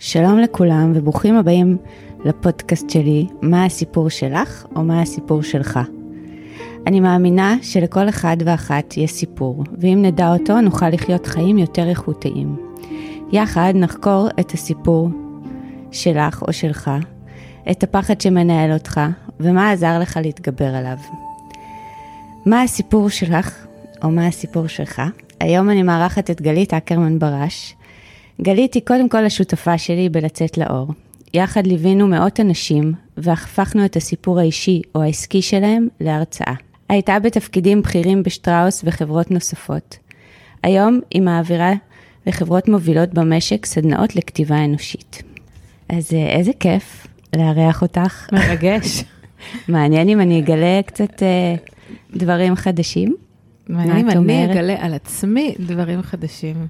שלום לכולם וברוכים הבאים לפודקאסט שלי, מה הסיפור שלך או מה הסיפור שלך. אני מאמינה שלכל אחד ואחת יש סיפור, ואם נדע אותו נוכל לחיות חיים יותר איכותיים. יחד נחקור את הסיפור שלך או שלך, את הפחד שמנהל אותך, ומה עזר לך להתגבר עליו. מה הסיפור שלך או מה הסיפור שלך? היום אני מארחת את גלית אקרמן ברש. גלית היא קודם כל השותפה שלי בלצאת לאור. יחד ליווינו מאות אנשים והפכנו את הסיפור האישי או העסקי שלהם להרצאה. הייתה בתפקידים בכירים בשטראוס וחברות נוספות. היום היא מעבירה לחברות מובילות במשק סדנאות לכתיבה אנושית. אז איזה כיף לארח אותך. מרגש. מעניין אם אני אגלה קצת דברים חדשים. מעניין אם אני אגלה על עצמי דברים חדשים.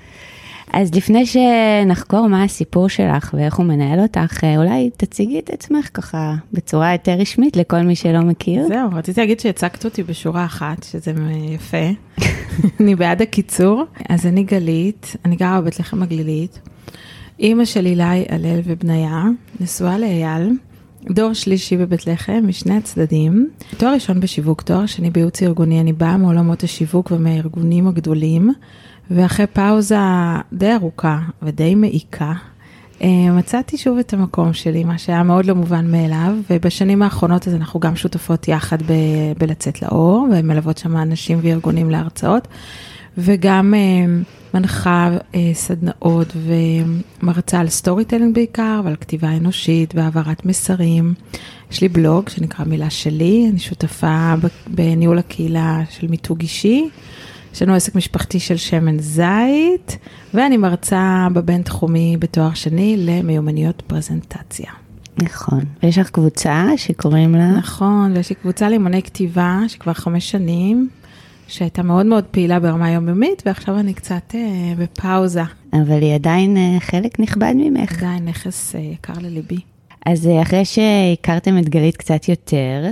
אז לפני שנחקור מה הסיפור שלך ואיך הוא מנהל אותך, אולי תציגי את עצמך ככה בצורה יותר רשמית לכל מי שלא מכיר. זהו, רציתי להגיד שהצגת אותי בשורה אחת, שזה יפה. אני בעד הקיצור. אז אני גלית, אני גרה בבית לחם הגלילית. אמא של אילי, הלל ובניה, נשואה לאייל, דור שלישי בבית לחם משני הצדדים. תואר ראשון בשיווק, תואר שני בייעוץ ארגוני, אני באה מעולמות השיווק ומהארגונים הגדולים. ואחרי פאוזה די ארוכה ודי מעיקה, מצאתי שוב את המקום שלי, מה שהיה מאוד לא מובן מאליו, ובשנים האחרונות אז אנחנו גם שותפות יחד בלצאת לאור, ומלוות שם אנשים וארגונים להרצאות, וגם מנחה סדנאות ומרצה על סטורי טיילינג בעיקר, ועל כתיבה אנושית והעברת מסרים. יש לי בלוג שנקרא מילה שלי, אני שותפה בניהול הקהילה של מיתוג אישי, יש לנו עסק משפחתי של שמן זית, ואני מרצה בבין תחומי בתואר שני למיומנויות פרזנטציה. נכון. ויש לך קבוצה שקוראים לה? נכון, ויש לי קבוצה לאימוני כתיבה שכבר 5 שנים, שהייתה מאוד מאוד פעילה ברמה יומיומית, ועכשיו אני קצת בפאוזה. אבל היא עדיין חלק נכבד ממך. עדיין נכס יקר לליבי. אז אחרי שהכרתם את גלית קצת יותר,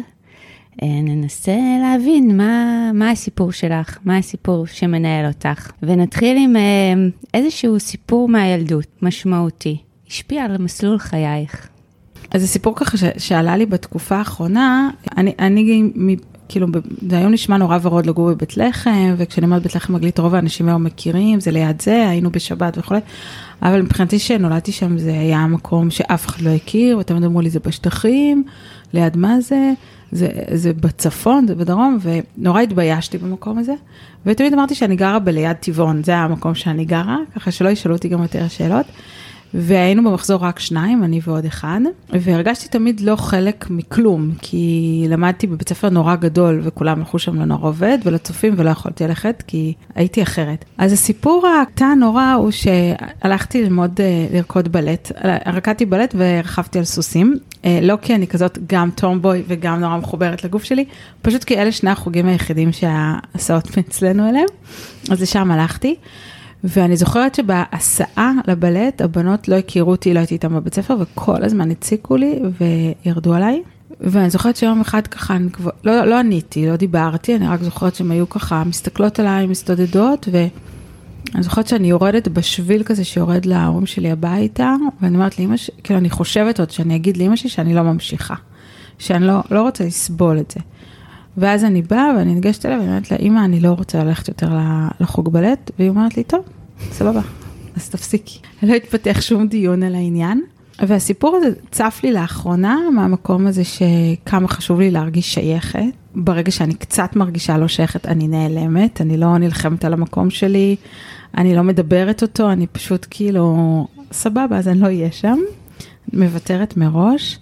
ננסה להבין מה הסיפור שלך, מה הסיפור שמנהל אותך. ונתחיל עם איזשהו סיפור מהילדות, משמעותי. השפיע על מסלול חייך. אז זה סיפור ככה שעלה לי בתקופה האחרונה, אני כאילו, זה היום נשמע נורא ורוד לגור בבית לחם, וכשאני אומרת בית לחם הגלית, רוב האנשים היום מכירים, זה ליד זה, היינו בשבת וכו'. אבל מבחינתי שנולדתי שם, זה היה מקום שאף אחד לא הכיר, ותמיד אמרו לי, זה בשטחים, ליד מה זה? זה בצפון, זה בדרום, ונורא התביישתי במקום הזה, ותמיד אמרתי שאני גרה בליד טבעון, זה היה המקום שאני גרה, ככה שלא ישאלו אותי גם יותר שאלות, והיינו במחזור רק 2, אני ועוד 1, והרגשתי תמיד לא חלק מכלום, כי למדתי בבית ספר נורא גדול, וכולם הלכו שם לנורא עובד, ולצופים, ולא יכולתי ללכת, כי הייתי אחרת. אז הסיפור הקטן נורא הוא שהלכתי ללמוד לרקוד בלט, רקדתי בלט ורכבתי על סוסים, לא כי אני כזאת גם טומבוי וגם נורא מחוברת לגוף שלי, פשוט כי אלה שני החוגים היחידים שההסעות אצלנו אליהם, אז לשם הלכתי, ואני זוכרת שבהסעה לבלט, הבנות לא הכירו אותי, לא הייתי איתם בבית ספר, וכל הזמן הציקו לי וירדו עליי, ואני זוכרת שיום אחד ככה, לא עניתי, לא דיברתי, אני רק זוכרת שהם היו ככה מסתכלות עליי, מסתודדות, ואני זוכרת שאני יורדת בשביל כזה שיורד להורים שלי הביתה, ואני אומרת לאמא שלי, כאילו אני חושבת עוד שאני אגיד לאמא שלי שאני לא ממשיכה, שאני לא רוצה לסבול את זה. ואז אני באה ואני ניגשת אליה ואני אומרת לה, אמא, אני לא רוצה ללכת יותר לחוג בלט, והיא אומרת לי, טוב, סבבה, אז תפסיקי. לא התפתח שום דיון על העניין, והסיפור הזה צף לי לאחרונה, מהמקום הזה שכמה חשוב לי להרגיש שייכת. ברגע שאני קצת מרגישה לא שייכת, אני נעלמת, אני לא נלחמת על המקום שלי, אני לא מדברת אותו, אני פשוט כאילו, סבבה, אז אני לא אהיה שם, מוותרת מראש,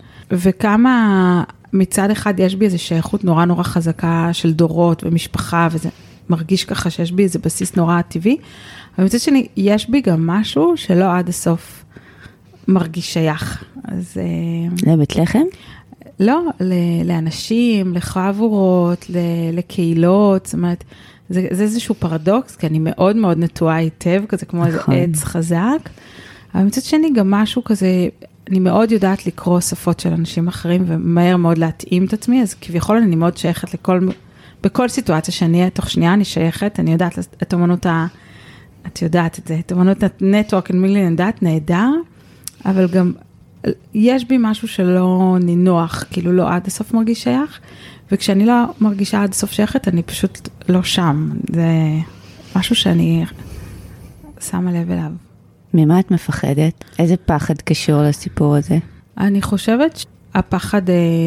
וכמה מצד אחד יש בי איזו שייכות נורא נורא חזקה של דורות ומשפחה, וזה מרגיש ככה שיש בי איזה בסיס נורא טבעי, אבל מצד שני, יש בי גם משהו שלא עד הסוף מרגיש שייך. אז לבית לחם? לא, לאנשים, לחבורות, לקהילות, זאת אומרת, זה איזשהו פרדוקס, כי אני מאוד מאוד נטועה היטב, כזה כמו איזה עץ חזק, אבל מצד שני גם משהו כזה, אני מאוד יודעת לקרוא שפות של אנשים אחרים, ומהר מאוד להתאים את עצמי, אז כביכול אני מאוד שייכת בכל סיטואציה שאני אהיה תוך שנייה, אני שייכת, אני יודעת את אמנות את יודעת את זה, את אמנות הנטוורק, אני יודעת, נהדר, אבל גם יש בי משהו שלא נינוח, כאילו לא עד הסוף מרגיש שייך, וכשאני לא מרגישה עד הסוף שייכת, אני פשוט לא שם. זה משהו שאני שמה לב אליו. ממה את מפחדת? איזה פחד קשור לסיפור הזה? אני חושבת שהפחד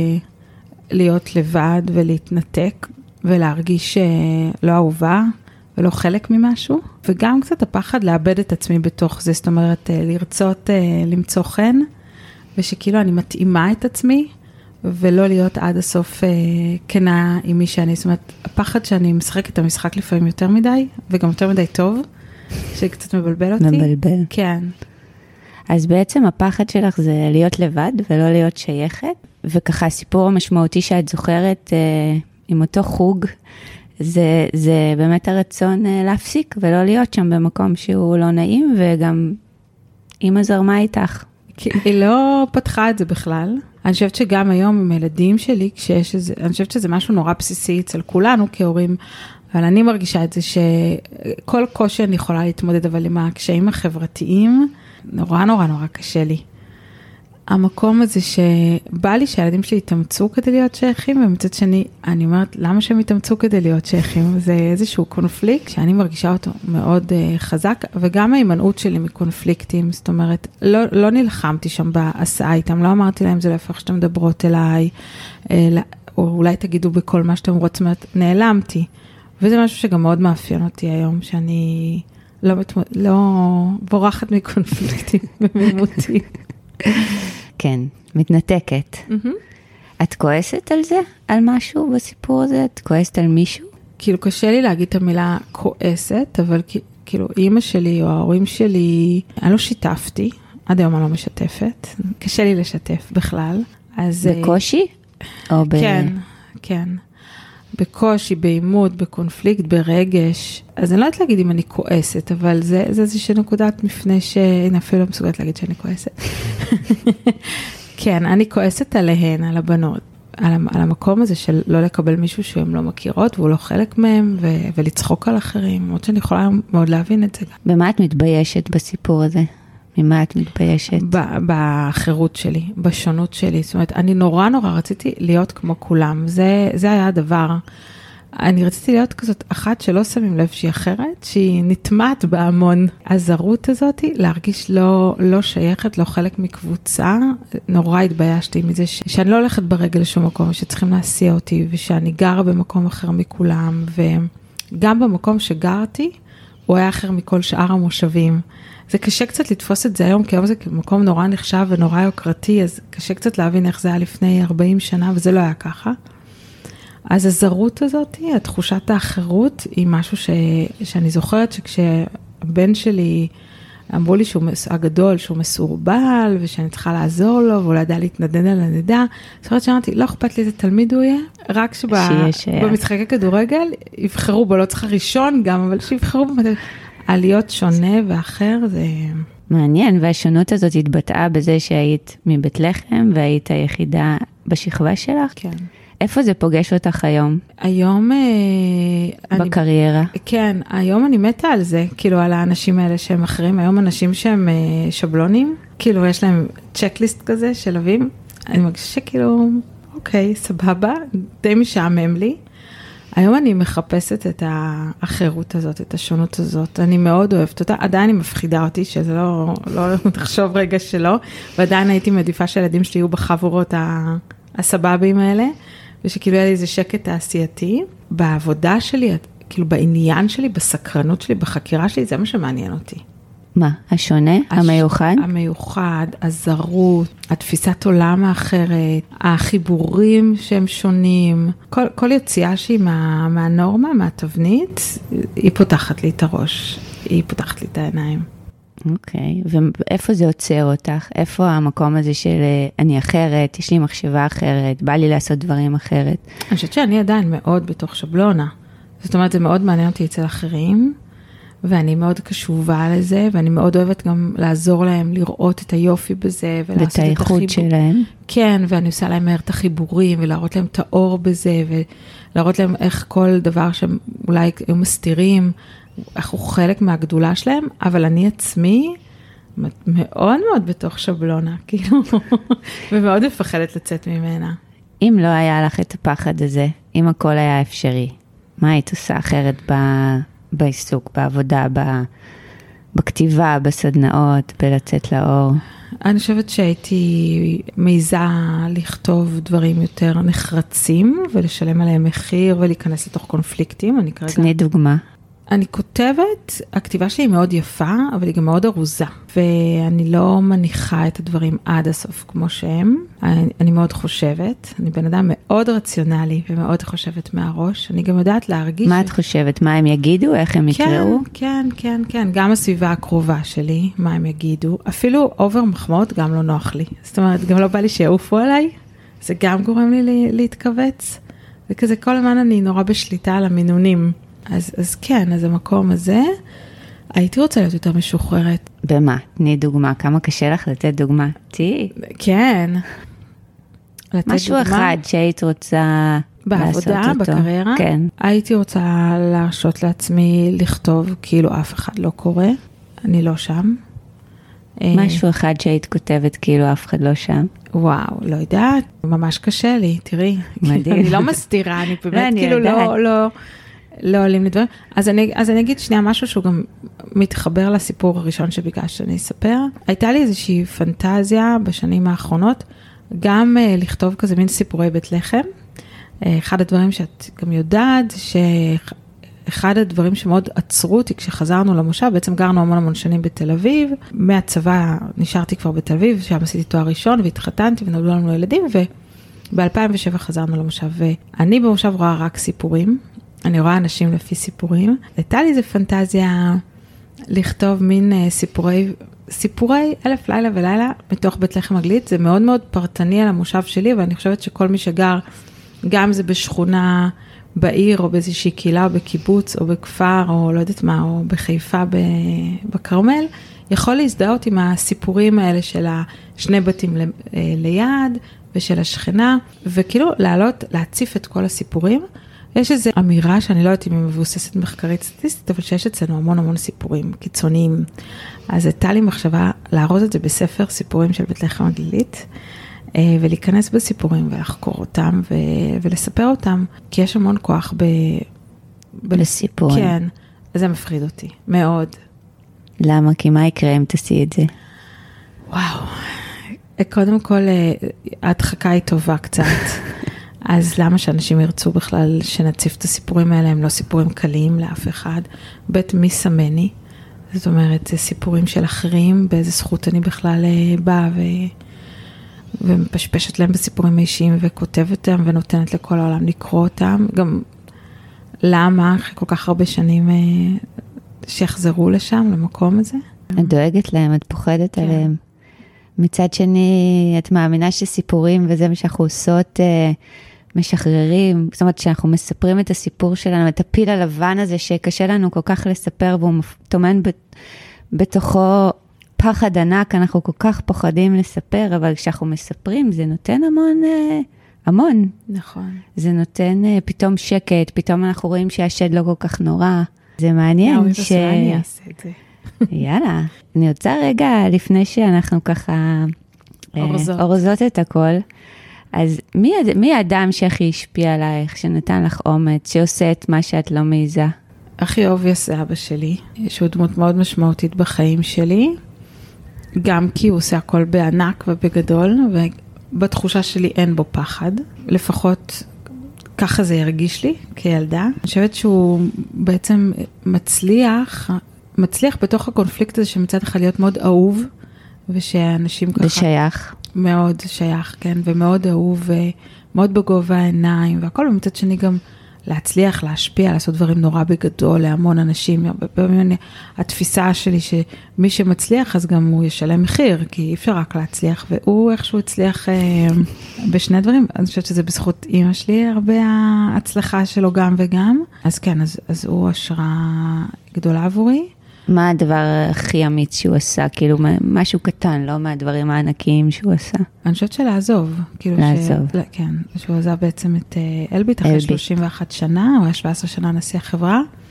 להיות לבד ולהתנתק, ולהרגיש לא אהובה, ולא חלק ממשהו, וגם קצת הפחד לאבד את עצמי בתוך זה, זאת אומרת, לרצות למצוא חן, ושכאילו אני מתאימה את עצמי, ולא להיות עד הסוף כנה עם מי שאני, זאת אומרת, הפחד שאני משחקת את המשחק לפעמים יותר מדי, וגם יותר מדי טוב, שקצת מבלבל אותי. מבלבל. כן. אז בעצם הפחד שלך זה להיות לבד, ולא להיות שייכת, וככה הסיפור המשמעותי שאת זוכרת עם אותו חוג, זה באמת הרצון להפסיק, ולא להיות שם במקום שהוא לא נעים, וגם אמא זרמה איתך. כי היא לא פתחה את זה בכלל. אני חושבת שגם היום עם הילדים שלי, אני חושבת שזה משהו נורא בסיסי אצל כולנו כהורים, אבל אני מרגישה את זה שכל קושי אני יכולה להתמודד, אבל עם הקשיים החברתיים, נורא נורא נורא קשה לי. המקום הזה שבא לי שהילדים שלי יתאמצו כדי להיות שייכים, ומצד שני, אני אומרת, למה שהם יתאמצו כדי להיות שייכים? זה איזשהו קונפליקט שאני מרגישה אותו מאוד חזק, וגם ההימנעות שלי מקונפליקטים, זאת אומרת, לא נלחמתי שם בהסעה איתם, לא אמרתי להם, זה לא יפה שאתם מדברות אליי, או אולי תגידו בכל מה שאתם רוצים, נעלמתי. וזה משהו שגם מאוד מאפיין אותי היום, שאני לא בורחת מקונפליקטים בממותי. כן, מתנתקת. את כועסת על זה? על משהו בסיפור הזה? את כועסת על מישהו? כאילו קשה לי להגיד את המילה כועסת, אבל כאילו אימא שלי או ההורים שלי, אני לא שיתפתי, עד היום אני לא משתפת, קשה לי לשתף בכלל. בקושי? כן, כן. בקושי, בעימות, בקונפליקט, ברגש. אז אני לא יודעת להגיד אם אני כועסת, אבל זה איזושהי נקודת מפנה שאני אפילו לא מסוגלת להגיד שאני כועסת. כן, אני כועסת עליהן, על הבנות, על המקום הזה של לא לקבל מישהו שהן לא מכירות, והוא לא חלק מהם, ולצחוק על אחרים, למרות שאני יכולה מאוד להבין את זה. במה את מתביישת בסיפור הזה? ממה את מתביישת? בחירות שלי, בשונות שלי. זאת אומרת, אני נורא נורא רציתי להיות כמו כולם. זה היה הדבר. אני רציתי להיות כזאת אחת שלא שמים לב שהיא אחרת, שהיא נטמעת בהמון. הזרות הזאת, להרגיש לא שייכת, לא חלק מקבוצה. נורא התביישתי מזה שאני לא הולכת ברגל לשום מקום, שצריכים להסיע אותי, ושאני גרה במקום אחר מכולם, וגם במקום שגרתי, הוא היה אחר מכל שאר המושבים. זה קשה קצת לתפוס את זה היום, כי היום זה מקום נורא נחשב ונורא יוקרתי, אז קשה קצת להבין איך זה היה לפני 40 שנה, וזה לא היה ככה. אז הזרות הזאת, התחושת האחרות, היא משהו שאני זוכרת שכשהבן שלי אמרו לי שהוא הגדול, שהוא מסורבל, ושאני צריכה לעזור לו, והוא לא ידע להתנדן על הנדע, זוכרת שאמרתי, לא אכפת לי איזה תלמיד הוא יהיה, רק שבמשחקי כדורגל יבחרו בו, לא צריכה ראשון גם, אבל שיבחרו בו, על להיות שונה ואחר, זה מעניין, והשונות הזאת התבטאה בזה שהיית מבית לחם, והיית היחידה בשכבה שלך? כן. איפה זה פוגש אותך היום? היום בקריירה. כן, היום אני מתה על זה, כאילו על האנשים האלה שהם אחרים, היום אנשים שהם שבלונים, כאילו יש להם צ'קליסט כזה של אבים, אני מרגישה שכאילו, אוקיי, סבבה, די משעמם לי. היום אני מחפשת את האחרות הזאת, את השונות הזאת, אני מאוד אוהבת אותה, עדיין היא מפחידה אותי, שזה לא תחשוב רגע שלא, ועדיין הייתי מעדיפה שהילדים שלי יהיו בחבורות הסבבים האלה, ושכאילו היה לי איזה שקט תעשייתי, בעבודה שלי, כאילו בעניין שלי, בסקרנות שלי, בחקירה שלי, זה מה שמעניין אותי. מה? השונה? המיוחד? המיוחד, הזרות, התפיסת עולם האחרת, החיבורים שהם שונים, כל יציאה שהיא מהנורמה, מהתבנית, היא פותחת לי את הראש, היא פותחת לי את העיניים. אוקיי, ואיפה זה עוצר אותך? איפה המקום הזה של אני אחרת, יש לי מחשבה אחרת, בא לי לעשות דברים אחרת? אני חושבת שאני עדיין מאוד בתוך שבלונה. זאת אומרת, זה מאוד מעניין אותי אצל אחרים, ואני מאוד קשובה לזה, ואני מאוד אוהבת גם לעזור להם לראות את היופי בזה, ואת האיכות שלהם. כן, ואני עושה להם מהר את החיבורים, ולהראות להם את האור בזה, ולהראות להם איך כל דבר שהם אולי היו מסתירים, איך הוא חלק מהגדולה שלהם, אבל אני עצמי מאוד מאוד בתוך שבלונה, כאילו, ומאוד מפחדת לצאת ממנה. אם לא היה לך את הפחד הזה, אם הכל היה אפשרי, מה היית עושה אחרת בעיסוק, בעבודה, בכתיבה, בסדנאות, בלצאת לאור? אני חושבת שהייתי מעיזה לכתוב דברים יותר נחרצים, ולשלם עליהם מחיר, ולהיכנס לתוך קונפליקטים. תני דוגמה. אני כותבת, הכתיבה שלי היא מאוד יפה, אבל היא גם מאוד ארוזה, ואני לא מניחה את הדברים עד הסוף כמו שהם. אני מאוד חושבת, אני בן אדם מאוד רציונלי, ומאוד חושבת מהראש. אני גם יודעת להרגיש... מה את חושבת? מה הם יגידו? איך הם יקראו? כן, כן, כן. גם הסביבה הקרובה שלי, מה הם יגידו. אפילו אובר מחמאות גם לא נוח לי. זאת אומרת, גם לא בא לי שיעופו עליי. זה גם גורם לי להתכווץ. וכזה כל הזמן אני נורא בשליטה על המינונים. אז כן, אז המקום הזה, הייתי רוצה להיות יותר משוחררת. במה? תני דוגמה. כמה קשה לך לתת דוגמה? כן. משהו אחד שהיית רוצה לעשות אותו. בעבודה, בקריירה? כן. הייתי רוצה להרשות לעצמי לכתוב כאילו אף אחד לא קורא. אני לא שם. משהו אחד שהיית כותבת כאילו אף אחד לא שם. וואו, לא יודעת. ממש קשה לי, תראי. מדהים. אני לא מסתירה, אני באמת כאילו לא עולים לדברים. אז אני אגיד שנייה משהו שהוא גם מתחבר לסיפור הראשון שביקשת שאני אספר. הייתה לי איזושהי פנטזיה בשנים האחרונות, גם לכתוב כזה מין סיפורי בית לחם. אחד הדברים שאת גם יודעת, שאחד הדברים שמאוד עצרו אותי כשחזרנו למושב, בעצם גרנו המון שנים בתל אביב, מהצבא נשארתי כבר בתל אביב, שם עשיתי תואר ראשון והתחתנתי ונולדו לנו ילדים, וב-2007 חזרנו למושב, ואני במושב רואה רק סיפורים, אני רואה אנשים לפי סיפורים. הייתה לי איזו פנטזיה לכתוב מין סיפורי אלף לילה ולילה מתוך בית לחם אנגלית. זה מאוד מאוד פרטני על המושב שלי, ואני חושבת שכל מי שגר, גם זה בשכונה, בעיר, או באיזושהי קהילה, או בקיבוץ, או בכפר, או לא יודעת מה, או בחיפה, בכרמל, יכול להזדהות עם הסיפורים האלה של השני בתים ליד, ושל השכנה, וכאילו להציף את כל הסיפורים. יש איזו אמירה שאני לא יודעת אם היא מבוססת מחקרית סטטיסטית, אבל שיש אצלנו המון סיפורים קיצוניים. אז הייתה לי מחשבה להראות את זה בספר סיפורים של בית לחם אנגלית, ולהיכנס בסיפורים ולחקור אותם ולספר אותם, כי יש המון כוח לסיפורים. כן, אז זה מפחיד אותי, מאוד. למה? כי מה יקרה אם תעשי את זה? וואו, קודם כל, ההדחקה היא טובה קצת. אז למה שאנשים ירצו בכלל שנציף את הסיפורים האלה, הם לא סיפורים קלים לאף אחד. בית מי סמני, זאת אומרת, זה סיפורים של אחרים, באיזה זכות אני בכלל באה ומפשפשת להם בסיפורים אישיים וכותבת אותם ונותנת לכל העולם לקרוא אותם. גם למה אחרי כל כך הרבה שנים שיחזרו לשם, למקום הזה? את דואגת להם, את פוחדת עליהם. מצד שני, את מאמינה שסיפורים וזה מה שאנחנו עושות משחררים, זאת אומרת שאנחנו מספרים את הסיפור שלנו, את הפיל הלבן הזה שקשה לנו כל כך לספר, והוא טומן בתוכו פחד ענק, אנחנו כל כך פוחדים לספר, אבל כשאנחנו מספרים זה נותן המון. נכון. זה נותן פתאום שקט, פתאום אנחנו רואים שהשד לא כל כך נורא. זה מעניין אני אעשה את זה. יאללה, אני רוצה רגע לפני שאנחנו ככה אורזות את הכל, אז מי האדם שהכי השפיע עלייך, שנתן לך אומץ, שעושה את מה שאת לא מעיזה? הכי אובייס זה אבא שלי, שהוא דמות מאוד משמעותית בחיים שלי, גם כי הוא עושה הכל בענק ובגדול, ובתחושה שלי אין בו פחד, לפחות ככה זה ירגיש לי כילדה. אני חושבת שהוא בעצם מצליח בתוך הקונפליקט הזה שמצד אחד להיות מאוד אהוב, ושאנשים ככה... ושייך. מאוד שייך, כן, ומאוד אהוב, ומאוד בגובה העיניים, והכל, ומצד שני גם להצליח, להשפיע, לעשות דברים נורא בגדול, להמון אנשים. התפיסה שלי שמי שמצליח, אז גם הוא ישלם מחיר, כי אי אפשר רק להצליח, והוא איכשהו הצליח בשני דברים. אני חושבת שזה בזכות אמא שלי, הרבה ההצלחה שלו גם וגם. אז כן, אז הוא השראה גדולה עבורי. מה הדבר הכי אמיץ שהוא עשה? כאילו משהו קטן, לא מהדברים הענקיים שהוא עשה. אני חושבת שלעזוב. לעזוב. כן, שהוא עזב בעצם את אלביט אחרי 31 שנה, הוא היה 17 שנה נשיא החברה,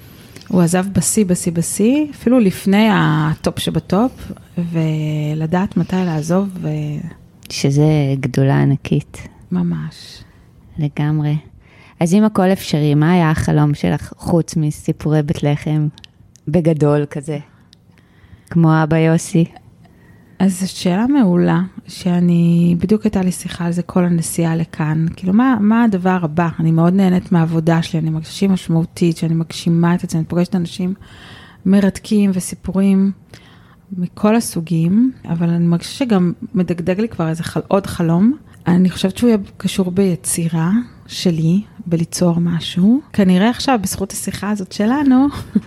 הוא עזב בשיא, אפילו לפני הטופ שבטופ, ולדעת מתי לעזוב. שזה גדולה ענקית. ממש. לגמרי. אז אם הכל אפשרי, מה היה החלום שלך חוץ מסיפורי בית לחם בגדול כזה? כמו אבא יוסי. אז זו שאלה מעולה, שאני, בדיוק הייתה לי שיחה על זה כל הנסיעה לכאן. כאילו, מה הדבר הבא? אני מאוד נהנית מהעבודה שלי, אני מרגישה משמעותית, שאני מגשימה את זה, אני פוגשת אנשים מרתקים וסיפורים מכל הסוגים, אבל אני מרגישה שגם מדגדג לי כבר איזה עוד חלום. אני חושבת שהוא יהיה קשור ביצירה שלי, בליצור משהו. כנראה עכשיו, בזכות השיחה הזאת שלנו,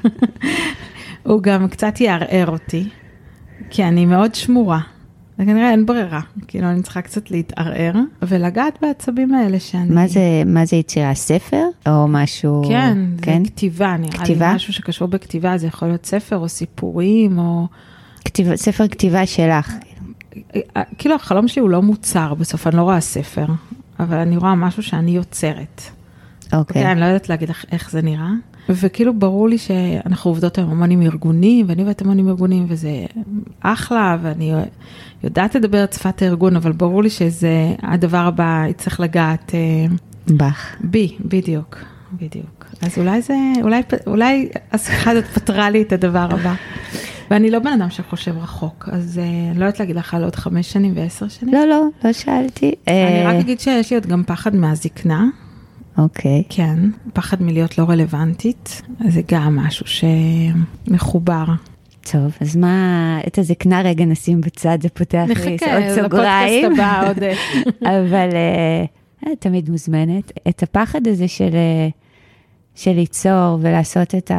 הוא גם קצת יערער אותי, כי אני מאוד שמורה. וכנראה אין ברירה, כאילו אני צריכה קצת להתערער, ולגעת בעצבים האלה שאני... מה זה יצירה? ספר? או משהו... כן, זה כתיבה, נראה כתיבה? לי משהו שקשור בכתיבה, זה יכול להיות ספר או סיפורים, או... ספר כתיבה שלך. כאילו החלום שלי הוא לא מוצר, בסוף אני לא רואה ספר, אבל אני רואה משהו שאני יוצרת. אוקיי. אני לא יודעת להגיד לך איך זה נראה. וכאילו ברור לי שאנחנו עובדות עם המון עם ארגונים, ואני עובדת המון עם ארגונים, וזה אחלה, ואני יודעת לדבר את שפת הארגון, אבל ברור לי שזה הדבר הבא, יצטרך לגעת... בך. בי, בדיוק. אז אולי השיחה הזאת פתרה לי את הדבר הבא. ואני לא בן אדם שחושב רחוק, אז אני לא יודעת להגיד לך על עוד 5 שנים ו10 שנים. לא שאלתי. אני רק אגיד שיש לי עוד גם פחד מהזקנה. אוקיי. כן, פחד מלהיות לא רלוונטית, אז זה גם משהו שמחובר. טוב, אז מה, את הזקנה רגע נשים בצד, זה פותח לי עוד סוגריים. לפודקאסט הבא עוד. אבל תמיד מוזמנת. את הפחד הזה של ליצור ולעשות את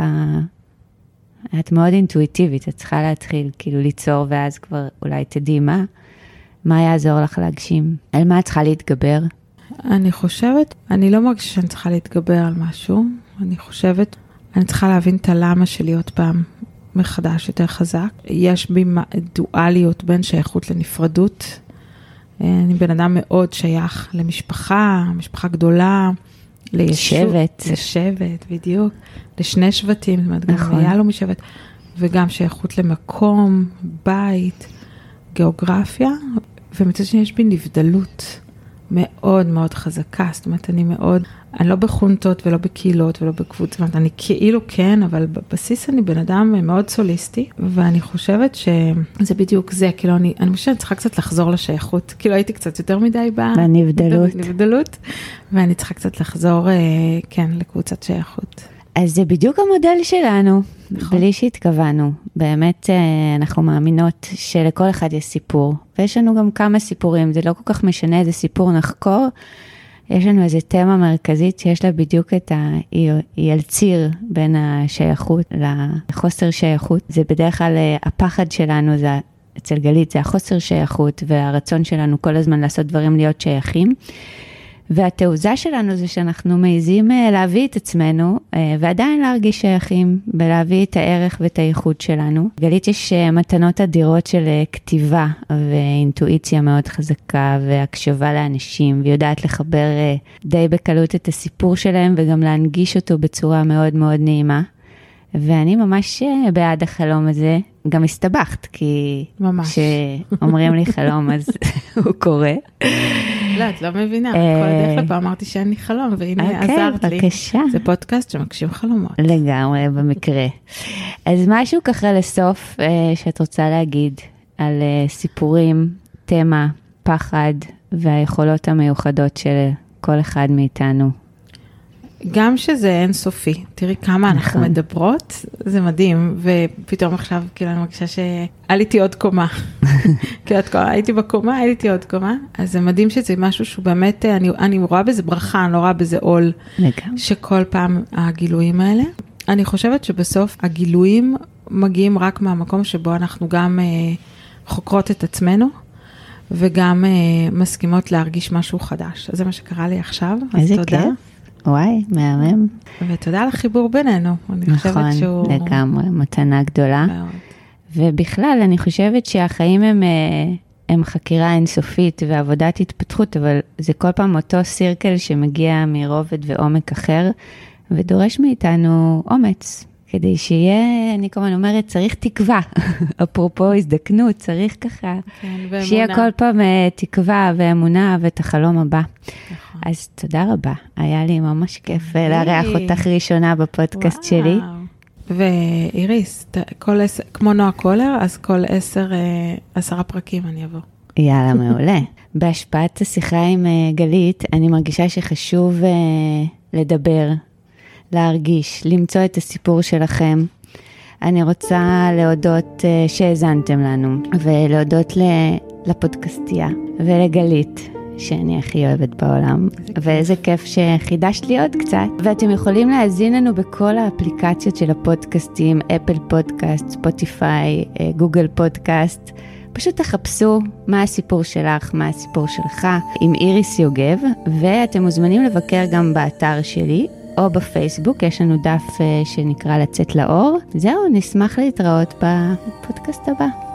את מאוד אינטואיטיבית, את צריכה להתחיל כאילו ליצור, ואז כבר אולי תדעי מה יעזור לך להגשים? על מה את צריכה להתגבר? אני חושבת, אני לא מרגישה שאני צריכה להתגבר על משהו, אני חושבת, אני צריכה להבין את הלמה שלי עוד פעם מחדש יותר חזק. יש בי דואליות בין שייכות לנפרדות. אני בן אדם מאוד שייך למשפחה, משפחה גדולה, לשבט, בדיוק. לשני שבטים, זאת אומרת, גם היה לו משבט, וגם שייכות למקום, בית, גיאוגרפיה, ומצד שני יש בי נבדלות מאוד מאוד חזקה, זאת אומרת, אני לא בחונטות ולא בקהילות ולא בקבוצות, זאת אומרת, אני כאילו כן, אבל בבסיס אני בן אדם מאוד סוליסטי, ואני חושבת שזה בדיוק זה, כאילו אני חושבת שאני צריכה קצת לחזור לשייכות, כאילו הייתי קצת יותר מדי בנבדלות, ואני צריכה קצת לחזור, כן, לקבוצת שייכות. אז זה בדיוק המודל שלנו, בלי שהתכוונו. באמת אנחנו מאמינות שלכל אחד יש סיפור, ויש לנו גם כמה סיפורים, זה לא כל כך משנה איזה סיפור נחקור, יש לנו איזה תמה מרכזית שיש לה בדיוק היא על ציר בין השייכות לחוסר שייכות. זה בדרך כלל הפחד שלנו, אצל גלית זה החוסר שייכות, והרצון שלנו כל הזמן לעשות דברים להיות שייכים. והתעוזה שלנו זה שאנחנו מעיזים להביא את עצמנו, ועדיין להרגיש שייכים, ולהביא את הערך ואת הייחוד שלנו. גלית יש מתנות אדירות של כתיבה, ואינטואיציה מאוד חזקה, והקשבה לאנשים, ויודעת לחבר די בקלות את הסיפור שלהם, וגם להנגיש אותו בצורה מאוד מאוד נעימה. ואני ממש בעד החלום הזה, גם הסתבכת, כי כשאומרים לי חלום, אז הוא קורה. לא, את לא מבינה, כל הדרך לפה אמרתי שאין לי חלום, והנה עזרת לי. בבקשה. זה פודקאסט שמקשים חלומות. לגמרי, במקרה. אז משהו ככה לסוף שאת רוצה להגיד על סיפורים, תמה, פחד, והיכולות המיוחדות של כל אחד מאיתנו. גם שזה אינסופי, תראי כמה אנחנו מדברות, זה מדהים, ופתאום עכשיו כאילו אני מרגישה שעליתי עוד קומה, הייתי בקומה, עליתי עוד קומה, אז זה מדהים שזה משהו שהוא באמת, אני רואה בזה ברכה, אני לא רואה בזה עול, שכל פעם הגילויים האלה, אני חושבת שבסוף הגילויים מגיעים רק מהמקום שבו אנחנו גם חוקרות את עצמנו, וגם מסכימות להרגיש משהו חדש, אז זה מה שקרה לי עכשיו, אז תודה. וואי, מהמם. ותודה על החיבור בינינו. נכון, לגמרי, מתנה גדולה. ובכלל, אני חושבת שהחיים הם חקירה אינסופית ועבודת התפתחות, אבל זה כל פעם אותו סירקל שמגיע מרובד ועומק אחר, ודורש מאיתנו אומץ. כדי שיהיה, אני כמובן אומרת, צריך תקווה. אפרופו הזדקנות, צריך ככה, כן, שיהיה כל פעם תקווה ואמונה ואת החלום הבא. נכון. אז תודה רבה, היה לי ממש כיף לארח אותך ראשונה בפודקאסט שלי. ואיריס, כמו נועה קולר, אז כל 10 פרקים אני אבוא. יאללה, מעולה. בהשפעת השיחה עם גלית, אני מרגישה שחשוב לדבר, להרגיש, למצוא את הסיפור שלכם. אני רוצה להודות שהזנתם לנו, ולהודות לפודקאסטייה ולגלית, שאני הכי אוהבת בעולם, ואיזה כיף שחידשת לי עוד קצת. ואתם יכולים להזין לנו בכל האפליקציות של הפודקאסטים, אפל פודקאסט, ספוטיפיי, גוגל פודקאסט. פשוט תחפשו מה הסיפור שלך, מה הסיפור שלך, עם איריס יוגב, ואתם מוזמנים לבקר גם באתר שלי, או בפייסבוק, יש לנו דף שנקרא לצאת לאור. זהו, נשמח להתראות בפודקאסט הבא.